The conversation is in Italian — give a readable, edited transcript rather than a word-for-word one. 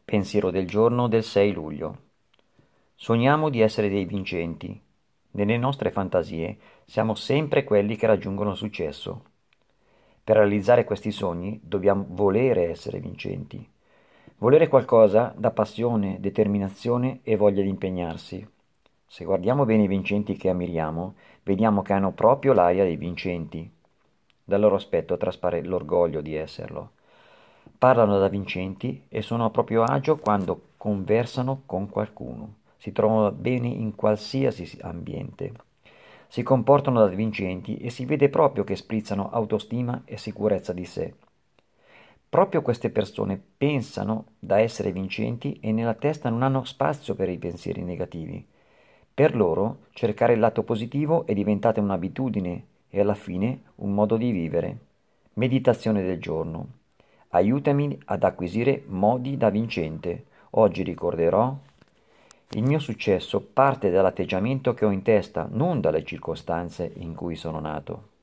Pensiero del giorno del 6 luglio. Sogniamo di essere dei vincenti. Nelle nostre fantasie siamo sempre quelli che raggiungono il successo. Per realizzare questi sogni dobbiamo volere essere vincenti. Volere qualcosa dà passione, determinazione e voglia di impegnarsi. Se guardiamo bene i vincenti che ammiriamo, vediamo che hanno proprio l'aria dei vincenti. Dal loro aspetto traspare l'orgoglio di esserlo. Parlano da vincenti e sono a proprio agio quando conversano con qualcuno. Si trovano bene in qualsiasi ambiente. Si comportano da vincenti e si vede proprio che sprizzano autostima e sicurezza di sé. Proprio queste persone pensano da essere vincenti e nella testa non hanno spazio per i pensieri negativi. Per loro cercare il lato positivo è diventata un'abitudine e alla fine un modo di vivere. Meditazione del giorno. Aiutami ad acquisire modi da vincente. Oggi ricorderò: il mio successo parte dall'atteggiamento che ho in testa, non dalle circostanze in cui sono nato.